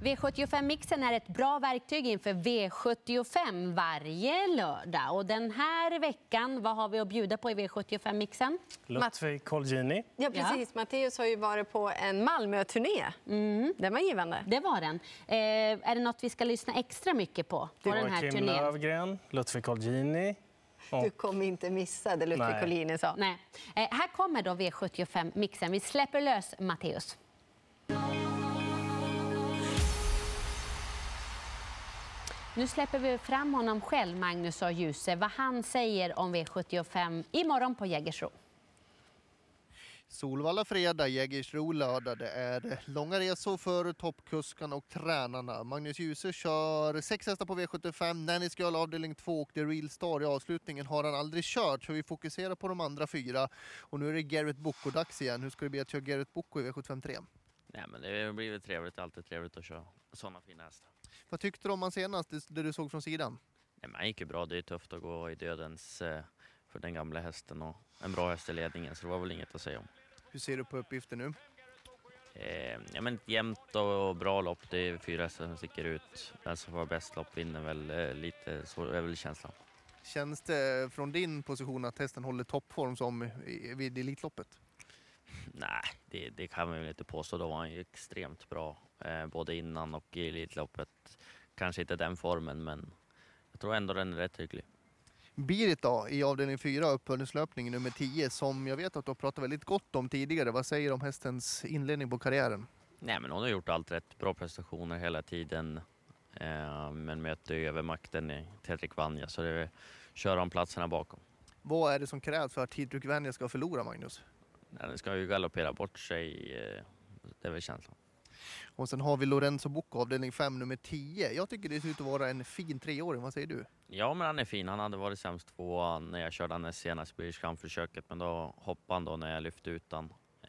V75-mixen är ett bra verktyg inför V75 varje lördag. Och den här veckan, vad har vi att bjuda på i V75-mixen? Ludvig Colgjini. Ja, precis. Ja. Matteus har ju varit på en Malmö-turné. Den var givande. Det var den. Är det något vi ska lyssna extra mycket på den här turnén? Lövgren, Ludvig Colgjini. Du kommer inte missa det Ludvig Colgjini sa. Nej. Här kommer då V75-mixen. Vi släpper lös Matteus. Nu släpper vi fram honom själv, Magnus och Djuse, vad han säger om V75 imorgon på Jägersro. Solvalla fredag, Jägersro lördag. Det är långa resor för toppkuskarna och tränarna. Magnus Djuse kör 6 hästar på V75. Nanny's Girl avdelning 2 och The Real Star i avslutningen har han aldrig kört. Så vi fokuserar på de andra 4. Och nu är det Garrett Bocco-dags igen. Hur ska det bli att köra Garrett Bocco i V75-3? Nej, men det blir väl trevligt, alltid trevligt att köra sådana fina hästar. Vad tyckte du om han senast, det du såg från sidan? Nej, men han gick ju bra, det är tufft att gå i dödens för den gamla hästen och en bra häst i ledningen, så det var väl inget att säga om. Hur ser du på uppgiften nu? Ja, men jämnt och bra lopp, det är 4 hästar som sticker ut. Den som var bäst lopp vinner väl lite, så är väl känslan. Känns det från din position att hästen håller toppform som vid Elitloppet? Nej, det kan man ju inte påstå. Då var han ju extremt bra både innan och i Elitloppet. Kanske inte den formen, men jag tror ändå den är rätt hygglig. Berit då, i avdelning 4, uppföljningslöpning nummer 10, som jag vet att du har pratat väldigt gott om tidigare. Vad säger du om hästens inledning på karriären? Nej, men hon har gjort allt rätt. Bra prestationer hela tiden. Men möter övermakten i Tedrick Vanja, så det kör han platserna bakom. Vad är det som krävs för att Tedrick Vanja ska förlora, Magnus? Nej, den ska ju galoppera bort sig, det är väl känslan. Och sen har vi Lorenzo Bocco, avdelning 5, nummer 10. Jag tycker det ser ut att vara en fin 3-åring, vad säger du? Ja, men han är fin. Han hade varit sämst 2 när jag körde han senast British Crown-försöket, men då hoppade han då när jag lyfte ut han.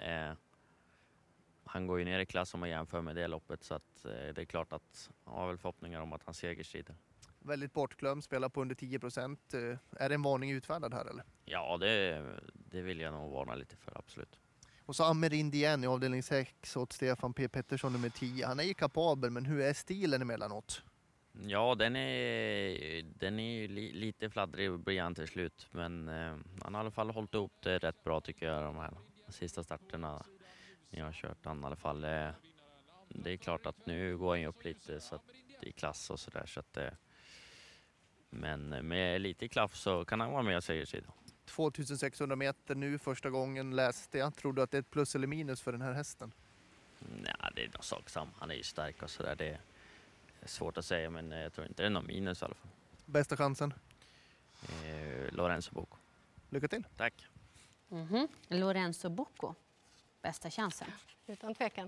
Han går ju ner i klass om man jämför med det loppet, så att, det är klart att han har väl förhoppningar om att han segerstrider. Väldigt bortglömd, spelar på under 10%. Är det en varning utfärdad här eller? Ja, det vill jag nog varna lite för, absolut. Och så Amerind igen i avdelning 6 åt Stefan P. Pettersson nummer 10. Han är ju kapabel, men hur är stilen emellanåt? Ja, den är lite fladdrig blir han till slut, men han har i alla fall hållit ihop det rätt bra tycker jag, de här sista starterna när jag har kört han i alla fall. Det är klart att nu går han upp lite så att det är klass och sådär, så att men med lite klaff så kan han vara med och segersida. 2600 meter nu första gången läste jag. Tror du att det är ett plus eller minus för den här hästen? Nej, det är någon sak sam. Han är ju stark och sådär. Det är svårt att säga, men jag tror inte det är någon minus i alla fall. Bästa chansen? Lorenzo Bocco. Lycka till. Tack. Lorenzo Bocco. Bästa chansen. Utan tvekan.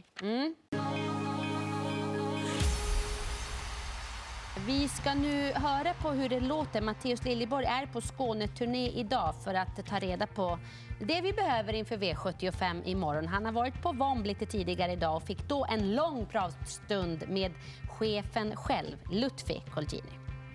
Vi ska nu höra på hur det låter. Matteus Liljeborg är på Skåneturné idag för att ta reda på det vi behöver inför V75 imorgon. Han har varit på VOM lite tidigare idag och fick då en lång pratstund med chefen själv, Ludvig Colgjini.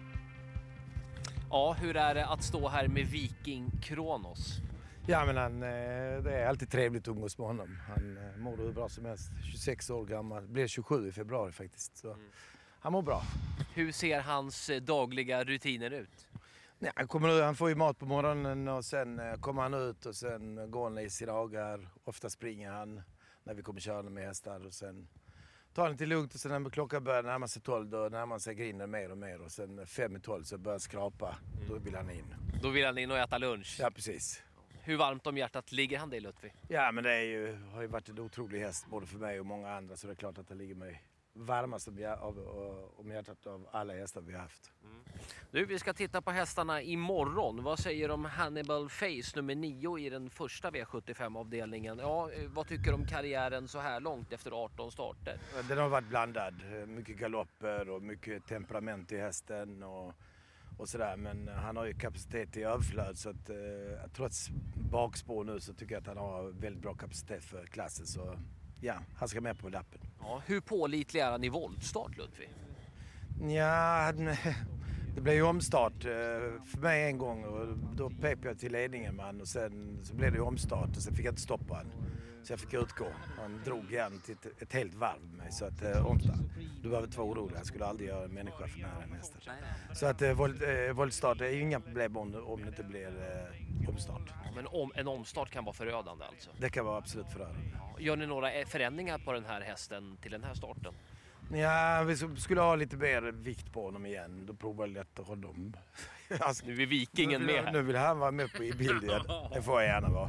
Ja, hur är det att stå här med Viking Kronos? Ja, men det är alltid trevligt att umgås med honom. Han mår hur bra som helst. 26 år gammal. Blir 27 i februari faktiskt. Så han mår bra. Hur ser hans dagliga rutiner ut? Ja, han får ju mat på morgonen och sen kommer han ut och sen går han i sina dagar. Ofta springer han när vi kommer köra med hästar och sen tar han till lugnt och sen när klockan börjar närma sig 12 då närmar sig grinden mer och mer och sen 5:12 så börjar han skrapa. Då vill han in. Då vill han in och äta lunch? Ja, precis. Hur varmt om hjärtat ligger han dig, Ludvig? Ja, men det har ju varit en otrolig häst både för mig och många andra, så det är klart att det ligger mig varmast om hjärtat av alla hästar vi har haft. Du, vi ska titta på hästarna imorgon. Vad säger du om Hannibal Face nummer 9 i den första V75-avdelningen? Ja, vad tycker du om karriären så här långt efter 18 starter? Den har varit blandad. Mycket galopper och mycket temperament i hästen och sådär. Men han har ju kapacitet i överflöd, så att trots bakspår nu så tycker jag att han har väldigt bra kapacitet för klassen. Så ja, han ska med på lappen. Ja, hur pålitlig är han i voltstart, Ludvig? Ja, Det blev ju omstart för mig en gång och då pep jag till ledningen man och sen så blev det ju omstart och sen fick jag inte stoppa han. Så jag fick utgå. Han drog igen till ett helt varv med mig så att omstart. Du behöver inte vara orolig, jag skulle aldrig göra en människa för nära en häst. Så att voltstart är ju inga problem om det inte blir omstart. Men en omstart kan vara förödande alltså? Det kan vara absolut förödande. Gör ni några förändringar på den här hästen till den här starten? Ja, vi skulle ha lite mer vikt på honom igen. Då provar jag lätt honom. Alltså, Nu är Vikingen med här. Nu vill han vara med på i bilden. Det får jag gärna vara.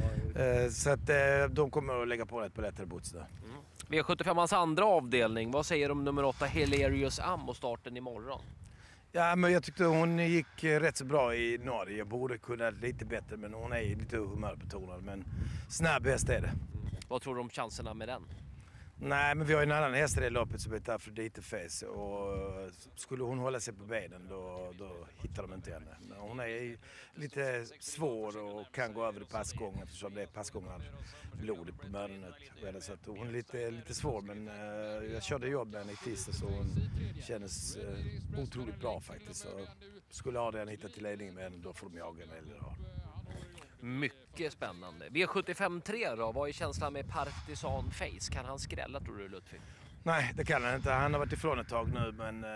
Så att de kommer att lägga på ett på lättare bots nu. V75ans andra avdelning. Vad säger om nummer 8 Hilarious Am och starten imorgon? Ja, men jag tyckte hon gick rätt så bra i Norge. Jag borde kunna lite bättre, men hon är lite humörbetonad. Men snabb häst är det. Vad tror du om chanserna med den? Nej, men vi har ju en annan häst i det loppet som heter Aphrodite Face och skulle hon hålla sig på benen då hittar de inte henne. Men hon är lite svår och kan gå över i passgång eftersom det är passgångar blodet på möronet. Så att hon är lite svår, men jag körde jobb med henne i tisdag så hon kändes otroligt bra faktiskt. Så skulle Adrian hitta till ledningen med henne då får de jaga henne eller då. Mycket spännande. V75-3 då, vad är känslan med Partisan Face? Kan han skrälla tror du Ludvig? Nej, det kan han inte. Han har varit ifrån ett tag nu men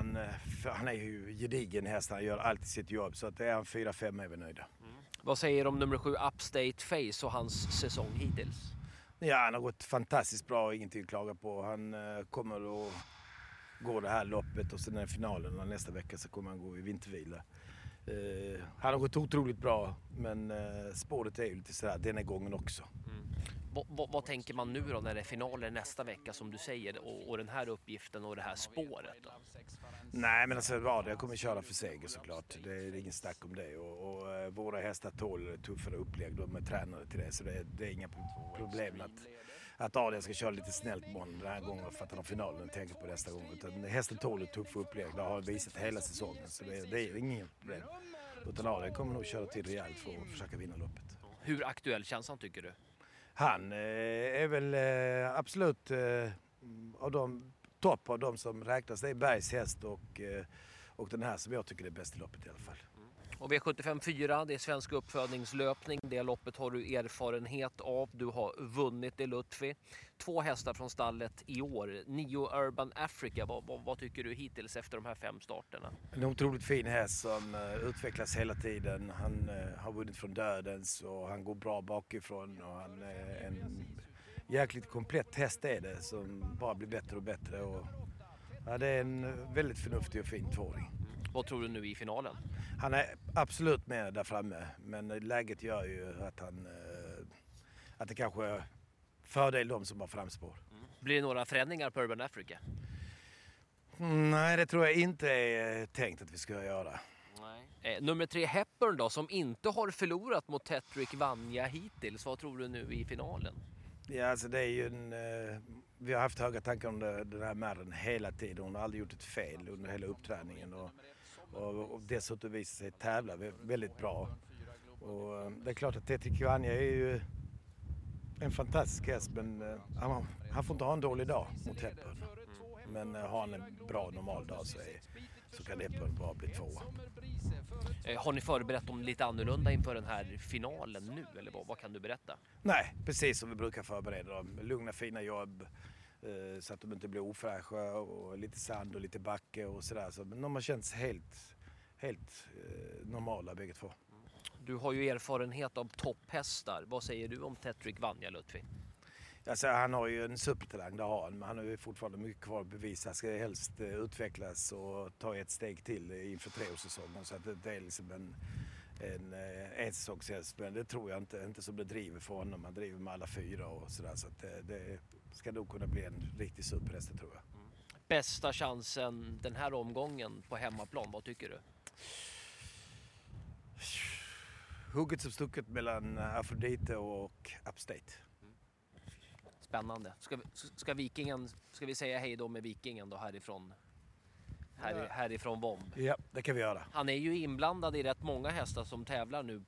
han är ju gedigen häst. Han gör alltid sitt jobb så att det är han 4-5 är vi nöjda. Vad säger om nummer 7 Upstate Face och hans säsong hittills? Ja, han har gått fantastiskt bra och ingenting att klaga på. Han kommer att gå det här loppet och sen är finalen och nästa vecka så kommer han gå i vintervila. Han har gått otroligt bra men spåret är ju lite sådär den är gången också. Vad tänker man nu då när det är finaler nästa vecka som du säger och den här uppgiften och det här spåret då? Nej men alltså jag kommer köra för seger såklart. Det är ingen snack om det och våra hästar tål tuffare upplägg. De är tränade till det så det är inga problem att Adrian ska köra lite snällt på honom den här gången för att han har finalen och tänker på nästa gång. Utan hästen tål tuffa upplägg. Det har han visat hela säsongen så det är ingen problem. Utan Adrian kommer nog köra till rejält för att försöka vinna loppet. Hur aktuell känns han tycker du? Han är väl absolut av de topp av de som räknas. Det är Bergs häst och den här som jag tycker är bäst i loppet i alla fall. Och V75-4, det är svensk uppfödningslöpning. Det loppet har du erfarenhet av. Du har vunnit i Lutfi. 2 hästar från stallet i år. 9 Urban Africa. Vad tycker du hittills efter de här 5 starterna? En otroligt fin häst som utvecklas hela tiden. Han har vunnit från dödens och han går bra bakifrån. Och han är en jäkligt komplett häst är det som bara blir bättre och bättre. Och, ja, det är en väldigt förnuftig och fin tvååring. Vad tror du nu i finalen? Han är absolut med där framme, men läget gör ju att det kanske är fördel de som har framspår. Blir det några förändringar på Urban Africa? Nej, det tror jag inte är tänkt att vi ska göra. Nej. Nummer 3 Hepburn då, som inte har förlorat mot Tetrick Vanja hittills. Vad tror du nu i finalen? Ja, alltså det är ju vi har haft höga tankar om den här märren hela tiden. Hon har aldrig gjort ett fel under hela uppträningen och dessutom visar sig tävla väldigt bra. Och det är klart att Tetrick Vanja är ju en fantastisk häst men han får inte ha en dålig dag mot Hepburn. Men har han en bra normal dag så kan Hepburn bara bli 2. Har ni förberett dem lite annorlunda inför den här finalen nu eller vad kan du berätta? Nej, precis som vi brukar förbereda dem. Lugna fina jobb så att de inte blir ofräscha och lite sand och lite backe och sådär. Så, men de har känts helt normala bägge två. Du har ju erfarenhet av topphästar. Vad säger du om Tetrick Vanja Lutfi? Alltså, han har ju en supertalang, det har han, men han har ju fortfarande mycket kvar att bevisa. Han ska helst utvecklas och ta ett steg till inför 3-årssäsongen. Så att det är liksom en säsongshäst, men det tror jag inte som det driver för honom. Han driver med alla 4 och sådär. Så att det ska nog kunna bli en riktig superhäst, tror jag. Bästa chansen den här omgången på hemmaplan, vad tycker du? Hugget som stucket mellan Aphrodite och Upstate. Spännande. Ska vi säga hej då med Vikingen då härifrån Vom? Ja, det kan vi göra. Han är ju inblandad i rätt många hästar som tävlar nu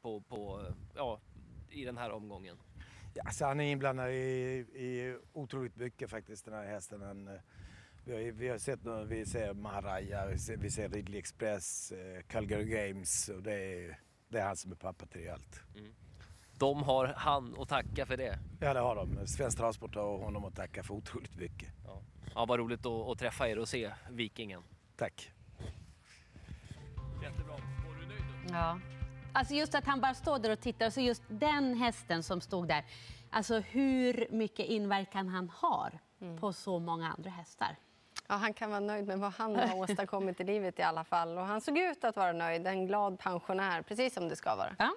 i den här omgången. Ja, så han är inblandad i otroligt mycket faktiskt, den här hästen. Han Vi har sett nu, vi ser Maharaja, vi ser Ridley Express, Calgary Games och det är han som är pappa till allt. De har han att tacka för det. Ja, det har de. Svensk Transport har honom att tacka för otroligt mycket. Ja, vad roligt att träffa er och se Vikingen. Tack. Jättebra. Var du nöjd nu? Ja. Alltså just att han bara står där och tittar, så just den hästen som stod där. Alltså hur mycket inverkan han har på så många andra hästar. Ja, han kan vara nöjd med vad han har åstadkommit i livet i alla fall. Och han såg ut att vara nöjd, en glad pensionär, precis som det ska vara. Ja.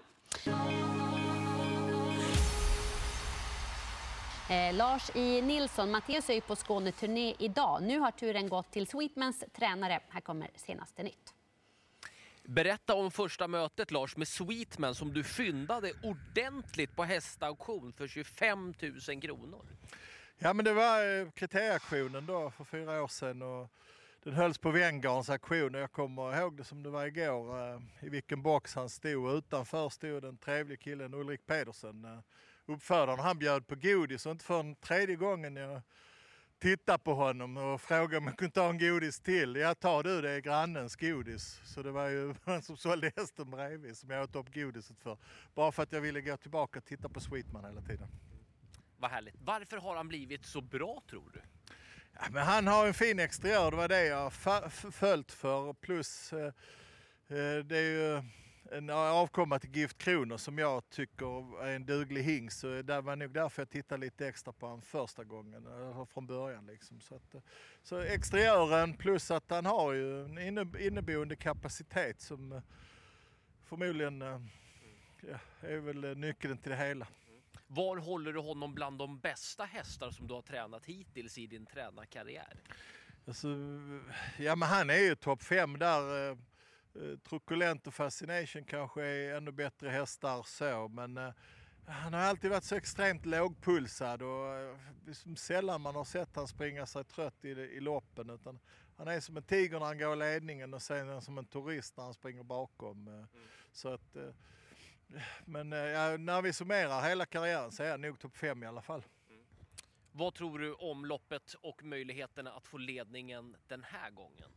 Lars I. Nilsson, Mattias är ju på Skåneturné idag. Nu har turen gått till Sweetmans tränare. Här kommer senaste nytt. Berätta om första mötet, Lars, med Sweetman som du fyndade ordentligt på hästauktion för 25 000 kronor. Ja, men det var kriterieauktionen då för 4 år sedan och den hölls på Wengarns auktion och jag kommer ihåg det som det var igår, i vilken box han stod. Utanför stod den trevliga killen Ulrik Pedersen, uppfödaren. Han bjöd på godis och inte för en tredje gången jag tittade på honom och frågade om jag kunde ta en godis till. Ja, tar du, det är grannens godis. Så det var ju han som sålde hästen bredvid som jag åt upp godiset för. Bara för att jag ville gå tillbaka och titta på Sweetman hela tiden. Vad härligt. Varför har han blivit så bra, tror du? Ja, men han har en fin exteriör, det var det jag följt för. Plus det är ju en avkomma till Gift Kronos som jag tycker är en duglig hingst. Så det var nog därför jag tittade lite extra på han första gången, från början. Liksom. Så exteriören plus att han har ju en inneboende kapacitet som förmodligen är väl nyckeln till det hela. Var håller du honom bland de bästa hästar som du har tränat hittills i din tränarkarriär? Alltså, ja, men han är ju topp 5 där. Truculent och Fascination kanske är ännu bättre hästar så, men han har alltid varit så extremt lågpulsad och sällan man har sett han springa sig trött i loppen, utan han är som en tiger när han går i ledningen och sen som en turist när han springer bakom. Så att, men när vi summerar hela karriären så är han nog topp 5 i alla fall. Vad tror du om loppet och möjligheterna att få ledningen den här gången?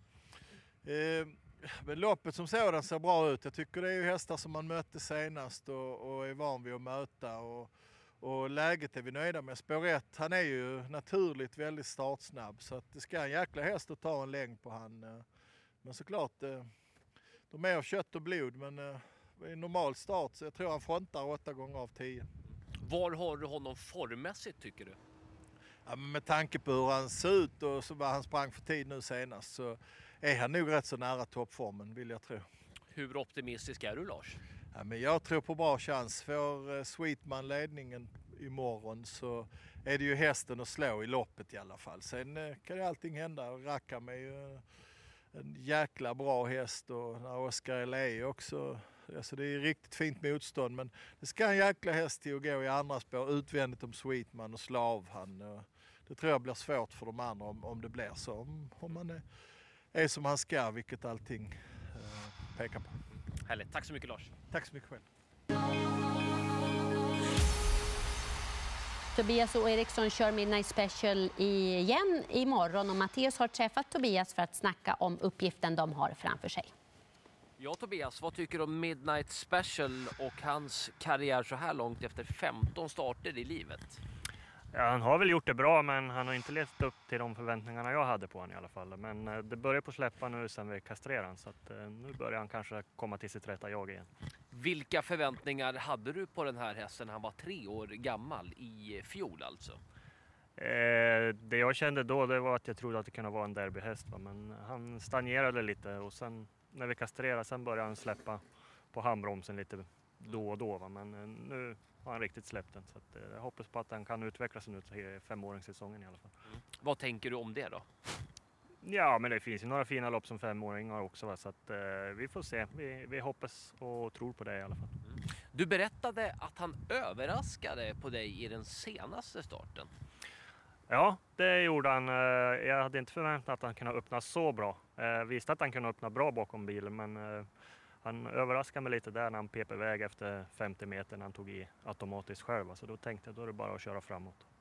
Men loppet som sådan ser bra ut. Jag tycker det är ju hästar som man mötte senast och är van vid att möta. Och läget är vi nöjda med. Spår 1, han är ju naturligt väldigt startsnabb. Så att det ska en jäkla häst att ta en längd på han. Men såklart, de är av kött och blod. Men i normal start så jag tror han frontar 8 gånger av 10. Var har du honom formmässigt, tycker du? Ja, med tanke på hur han ser ut och så vad han sprang för tid nu senast så är han nog rätt så nära toppformen, vill jag tro. Hur optimistisk är du, Lars? Ja, men jag tror på bra chans. För Sweetman ledningen imorgon så är det ju hästen att slå i loppet i alla fall. Sen kan ju allting hända. Rackham är ju en jäkla bra häst och Oscar L.A. också. Alltså det är riktigt fint motstånd, men det ska en jäkla häst till att gå i andra spår utvändigt om Sweetman och slå av han. Det tror jag blir svårt för de andra om det blir så. Om man är som han ska, vilket allting pekar på. Härligt. Tack så mycket, Lars. Tack så mycket själv. Tobias och Eriksson kör Midnight Special igen imorgon och Mattias har träffat Tobias för att snacka om uppgiften de har framför sig. Ja, Tobias, vad tycker du om Midnight Special och hans karriär så här långt efter 15 starter i livet? Ja, han har väl gjort det bra, men han har inte levt upp till de förväntningarna jag hade på honom i alla fall. Men det börjar på släppa nu sen vi kastrerade han, så att nu börjar han kanske komma till sitt rätta jag igen. Vilka förväntningar hade du på den här hästen? Han var 3 år gammal i fjol alltså. Det jag kände då det var att jag trodde att det kunde vara en derbyhäst, men han stagnerade lite och sen när vi kastrerade sen började han släppa på handbromsen lite då och då. Men nu har han riktigt släppt den, så att, jag hoppas på att han kan utvecklas nu till 5-åringssäsongen i alla fall. Vad tänker du om det då? Ja, men det finns ju några fina lopp som 5-åringar också, va? Så att vi får se. Vi hoppas och tror på det i alla fall. Du berättade att han överraskade på dig i den senaste starten. Ja, det gjorde han. Jag hade inte förväntat att han kunde öppna så bra. Visste att han kunde öppna bra bakom bilen, men han överraskade mig lite där när han pep iväg efter 50 meter när han tog i automatiskt själv. Så då tänkte jag då är det bara att köra framåt.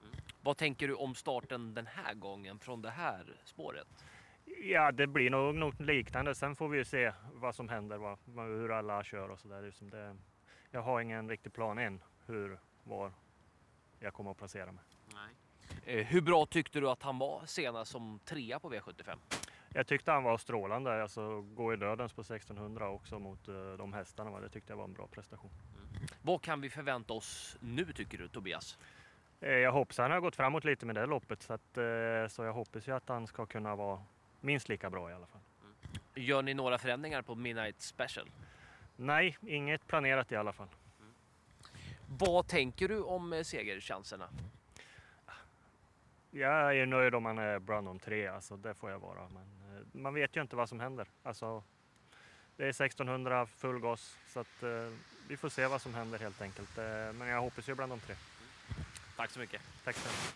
Vad tänker du om starten den här gången från det här spåret? Ja, det blir nog något liknande. Sen får vi ju se vad som händer, hur alla kör och sådär. Jag har ingen riktig plan än var jag kommer att placera mig. Hur bra tyckte du att han var senast som 3 på V75? Jag tyckte han var strålande, alltså gå i dödens på 1600 också mot de hästarna. Det tyckte jag var en bra prestation. Vad kan vi förvänta oss nu tycker du, Tobias? Jag hoppas han har gått framåt lite med det loppet så jag hoppas ju att han ska kunna vara minst lika bra i alla fall. Gör ni några förändringar på Midnight Special? Nej, inget planerat i alla fall. Vad tänker du om segerchanserna? Jag är nöjd om man är bland de 3, alltså det får jag vara. Men man vet ju inte vad som händer. Alltså, det är 1600 full gas så att vi får se vad som händer helt enkelt. Men jag hoppas ju bland de 3. Tack så mycket. Tack så mycket.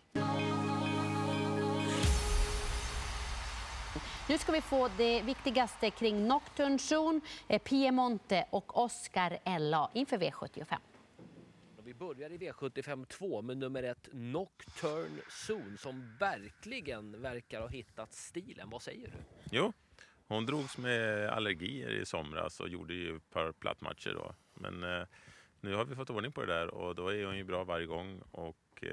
Nu ska vi få det viktigaste kring Nocturne Zone, Piemonte och Oscar LA inför V75. Vi börjar i V75 2 med nummer 1 Nocturne Zone som verkligen verkar ha hittat stilen. Vad säger du? Jo, hon drogs med allergier i somras och gjorde ju ett par plattmatcher då. Men nu har vi fått ordning på det där och då är hon ju bra varje gång och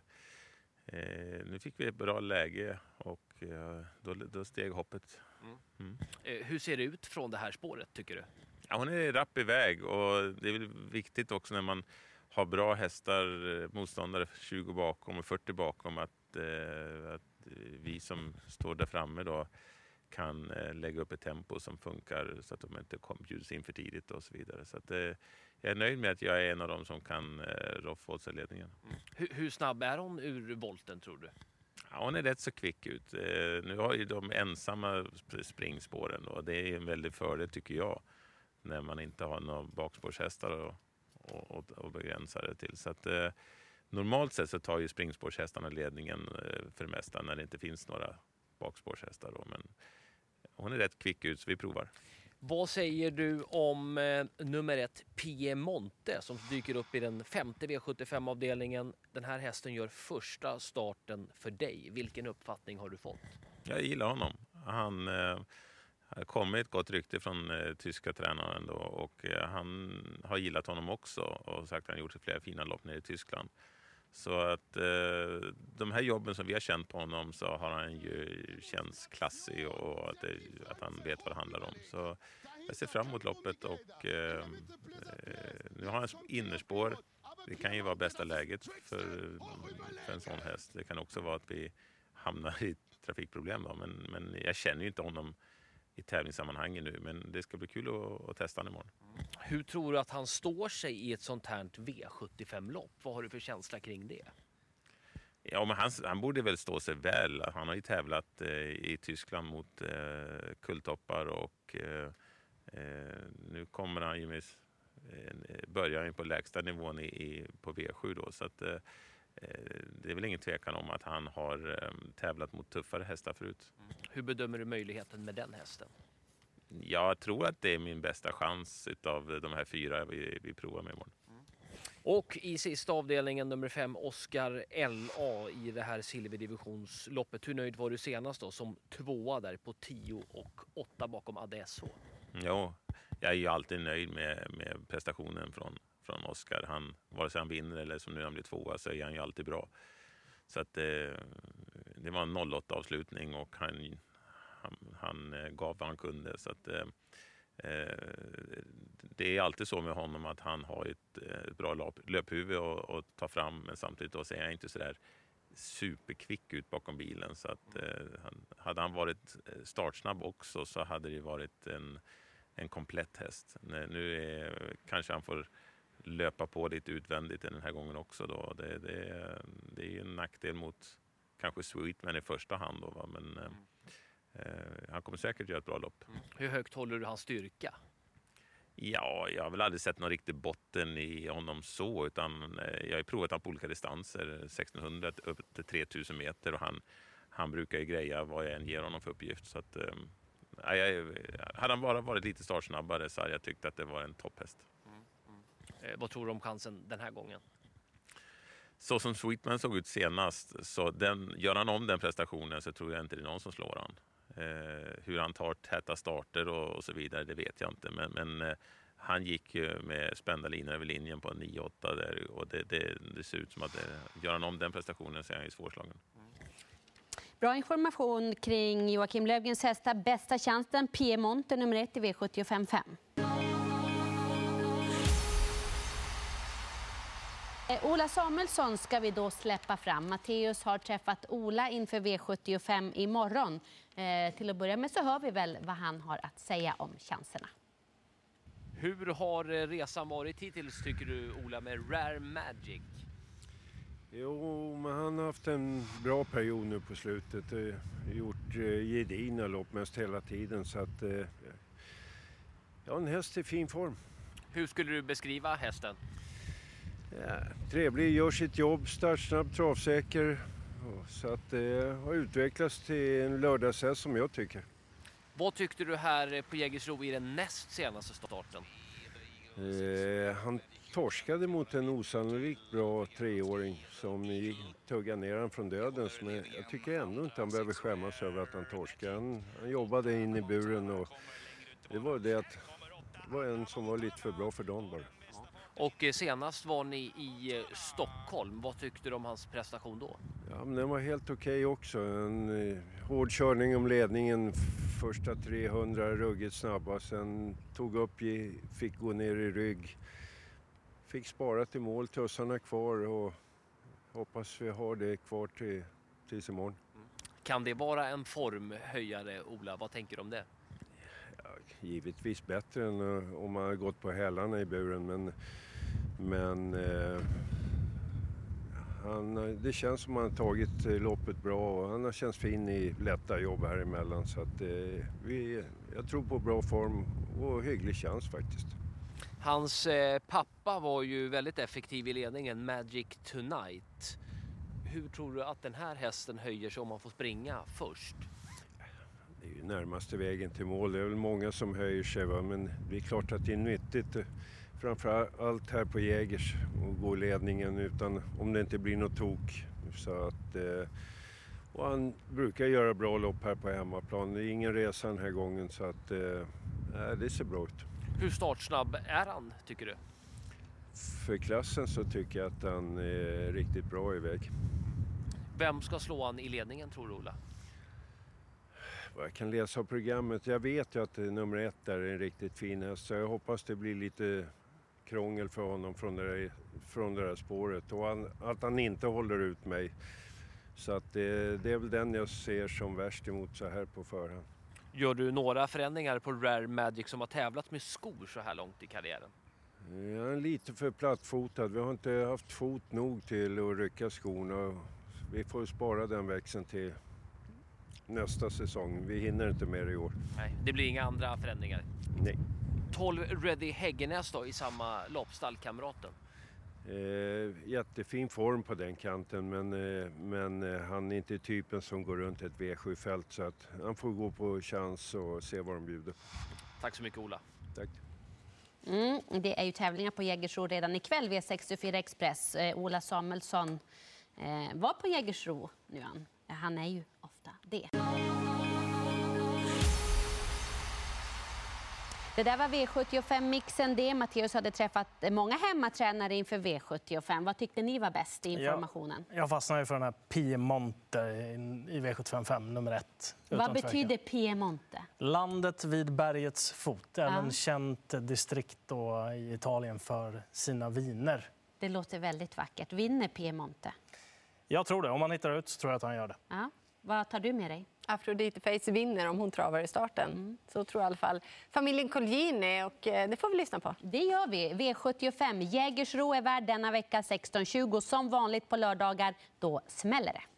nu fick vi ett bra läge och då steg hoppet. Hur ser det ut från det här spåret tycker du? Ja, hon är rapp iväg och det är väl viktigt också när man har bra hästar, motståndare 20 bakom och 40 bakom att vi som står där framme då kan lägga upp ett tempo som funkar så att de inte bjuds in för tidigt och så vidare. Så att, jag är nöjd med att jag är en av dem som kan roffa åt sig ledningen. Hur snabb är hon ur volten tror du? Ja, hon är rätt så kvick ut. Nu har ju de ensamma springspåren och det är en väldig fördel tycker jag när man inte har några bakspårshästar och begränsa det till. Så att, normalt sett så tar ju springspårshästarna ledningen för det mesta när det inte finns några bakspårshästar. Då. Men hon är rätt kvick ut så vi provar. Vad säger du om nummer 1 Piemonte som dyker upp i den 5:e V75-avdelningen? Den här hästen gör första starten för dig. Vilken uppfattning har du fått? Jag gillar honom. Han har kommit ett gott rykte från tyska tränaren då, och han har gillat honom också och sagt att han gjort flera fina lopp nere i Tyskland. Så att de här jobben som vi har känt på honom så har han ju känts klassig och att han vet vad det handlar om. Så jag ser fram emot loppet och nu har han innerspår. Det kan ju vara bästa läget för en sån häst. Det kan också vara att vi hamnar i trafikproblem då, men jag känner ju inte honom i tävlingssammanhangen nu, men det ska bli kul att testa honom imorgon. Hur tror du att han står sig i ett sånt här V75-lopp? Vad har du för känsla kring det? Ja, men han borde väl stå sig väl. Han har ju tävlat i Tyskland mot kulltoppar och nu kommer han ju med börjar på lägsta nivån på V7 då, så att det är väl ingen tvekan om att han har tävlat mot tuffare hästar förut. Hur bedömer du möjligheten med den hästen? Jag tror att det är min bästa chans utav de här 4 vi provar med imorgon. Och i sista avdelningen nummer 5 Oscar LA i det här silverdivisionsloppet. Hur nöjd var du senast då som 2 där på 10 och 8 bakom ADSH? Jo, jag är ju alltid nöjd med prestationen från Oscar. Vare sig han vinner eller som nu han blir 2 så är han ju alltid bra. Så att det var en 08 avslutning och han gav vad han kunde. Så att det är alltid så med honom att han har ett bra löphuvud att ta fram, men samtidigt då så är han inte så där superkvick ut bakom bilen. Så att hade han varit startsnabb också så hade det varit en komplett häst. Nu kanske han får löpa på lite utvändigt den här gången också då. Det är ju en nackdel mot kanske Sweetman i första hand då, va? Men han kommer säkert göra ett bra lopp. Hur högt håller du hans styrka? Ja, jag har väl aldrig sett någon riktig botten i honom så, utan jag har provat han på olika distanser, 1600 upp till 3000 meter, och han brukar ju greja vad jag än ger honom för uppgift. Så att, hade han bara varit lite startsnabbare så hade jag tyckt att det var en topphäst. Vad tror du om chansen den här gången? Så som Sweetman såg ut senast, så gör han om den prestationen så tror jag inte det är någon som slår han. Hur han tar täta starter och så vidare, det vet jag inte. Men han gick ju med spända linjer över linjen på en 9-8 där, och det ser ut som att gör han om den prestationen så är han ju svårslagen. Bra information kring Joakim Löfgrens hästar. Bästa chansen, Piemonte nummer 1 i V75-5. Ola Samuelsson ska vi då släppa fram. Matteus har träffat Ola inför V75 imorgon. Till att börja med så hör vi väl vad han har att säga om chanserna. Hur har resan varit hittills tycker du, Ola, med Rare Magic? Jo, men han har haft en bra period nu på slutet. Gjort gedigna lopp mest hela tiden, så att ja, en häst i fin form. Hur skulle du beskriva hästen? Ja, trevlig, gör sitt jobb, startsnabb, travsäker. Så att det har utvecklats till en lördagshäst som jag tycker. Vad tyckte du här på Jägersro i den näst senaste starten? Han torskade mot en osannolikt bra treåring som tuggade ner han från dödens. Men jag tycker ändå inte han behöver skämmas över att han torskade. Han jobbade in i buren, och det var en som var lite för bra för dagen bara. Och senast var ni i Stockholm. Vad tyckte du om hans prestation då? Ja, men den var helt okej också. En hård körning om ledningen. Första 300 ruggigt snabba. Sen tog upp, fick gå ner i rygg. Fick spara till mål, tussarna kvar, och hoppas vi har det kvar tills imorgon. Kan det vara en formhöjare, Ola? Vad tänker du om det? Ja, givetvis bättre än om man har gått på hälarna i buren, men det känns som han har tagit loppet bra, och han har känts fin i lätta jobb här emellan, så att jag tror på bra form och hygglig chans faktiskt. Hans pappa var ju väldigt effektiv i ledningen, Magic Tonight. Hur tror du att den här hästen höjer sig om man får springa först? Det är ju närmaste vägen till mål. Det är väl många som höjer sig, va? Men det är klart att det är nyttigt. Framför allt här på Jägers och gå ledningen utan om det inte blir något tok. Så att, och han brukar göra bra lopp här på hemmaplan. Det är ingen resa den här gången, så att det ser bra ut. Hur startsnabb är han, tycker du? För klassen så tycker jag att han är riktigt bra iväg. Vem ska slå han i ledningen, tror du, Ola? Jag kan läsa av programmet. Jag vet ju att nummer 1 där är en riktigt fin häst. Så jag hoppas det blir lite krångel för honom från det där spåret. Och att han inte håller ut mig. Så att det är väl den jag ser som värst emot så här på förhand. Gör du några förändringar på Rare Magic som har tävlat med skor så här långt i karriären? Jag är lite för plattfotad. Vi har inte haft fot nog till att rycka skorna. Vi får spara den växeln till nästa säsong. Vi hinner inte mer i år. Nej, det blir inga andra förändringar? Nej. 12 Ready Häggenäs då i samma lopp, stallkamraten? Jättefin form på den kanten, men han är inte typen som går runt ett V7-fält, så att han får gå på chans och se vad de bjuder. Tack så mycket, Ola. Tack. Det är ju tävlingar på Jägersro redan ikväll, V64 Express. Ola Samuelsson var på Jägersro nu. Han är ju ofta det. Det där var V75-mixen det. Matteus hade träffat många hemmatränare inför V75. Vad tyckte ni var bäst i informationen? Jag fastnade ju för den här Piemonte i V75-5, nummer 1. Vad betyder Piemonte? Landet vid bergets fot. Även känt distrikt då i Italien för sina viner. Det låter väldigt vackert. Vinner Piemonte? Jag tror det. Om man hittar ut så tror jag att han gör det. Ja. Vad tar du med dig? Aphrodite Face vinner om hon travar i starten. Så tror i alla fall familjen Colgjini, och det får vi lyssna på. Det gör vi. V75 Jägersro är värd denna vecka 16:20. Som vanligt på lördagar, då smäller det.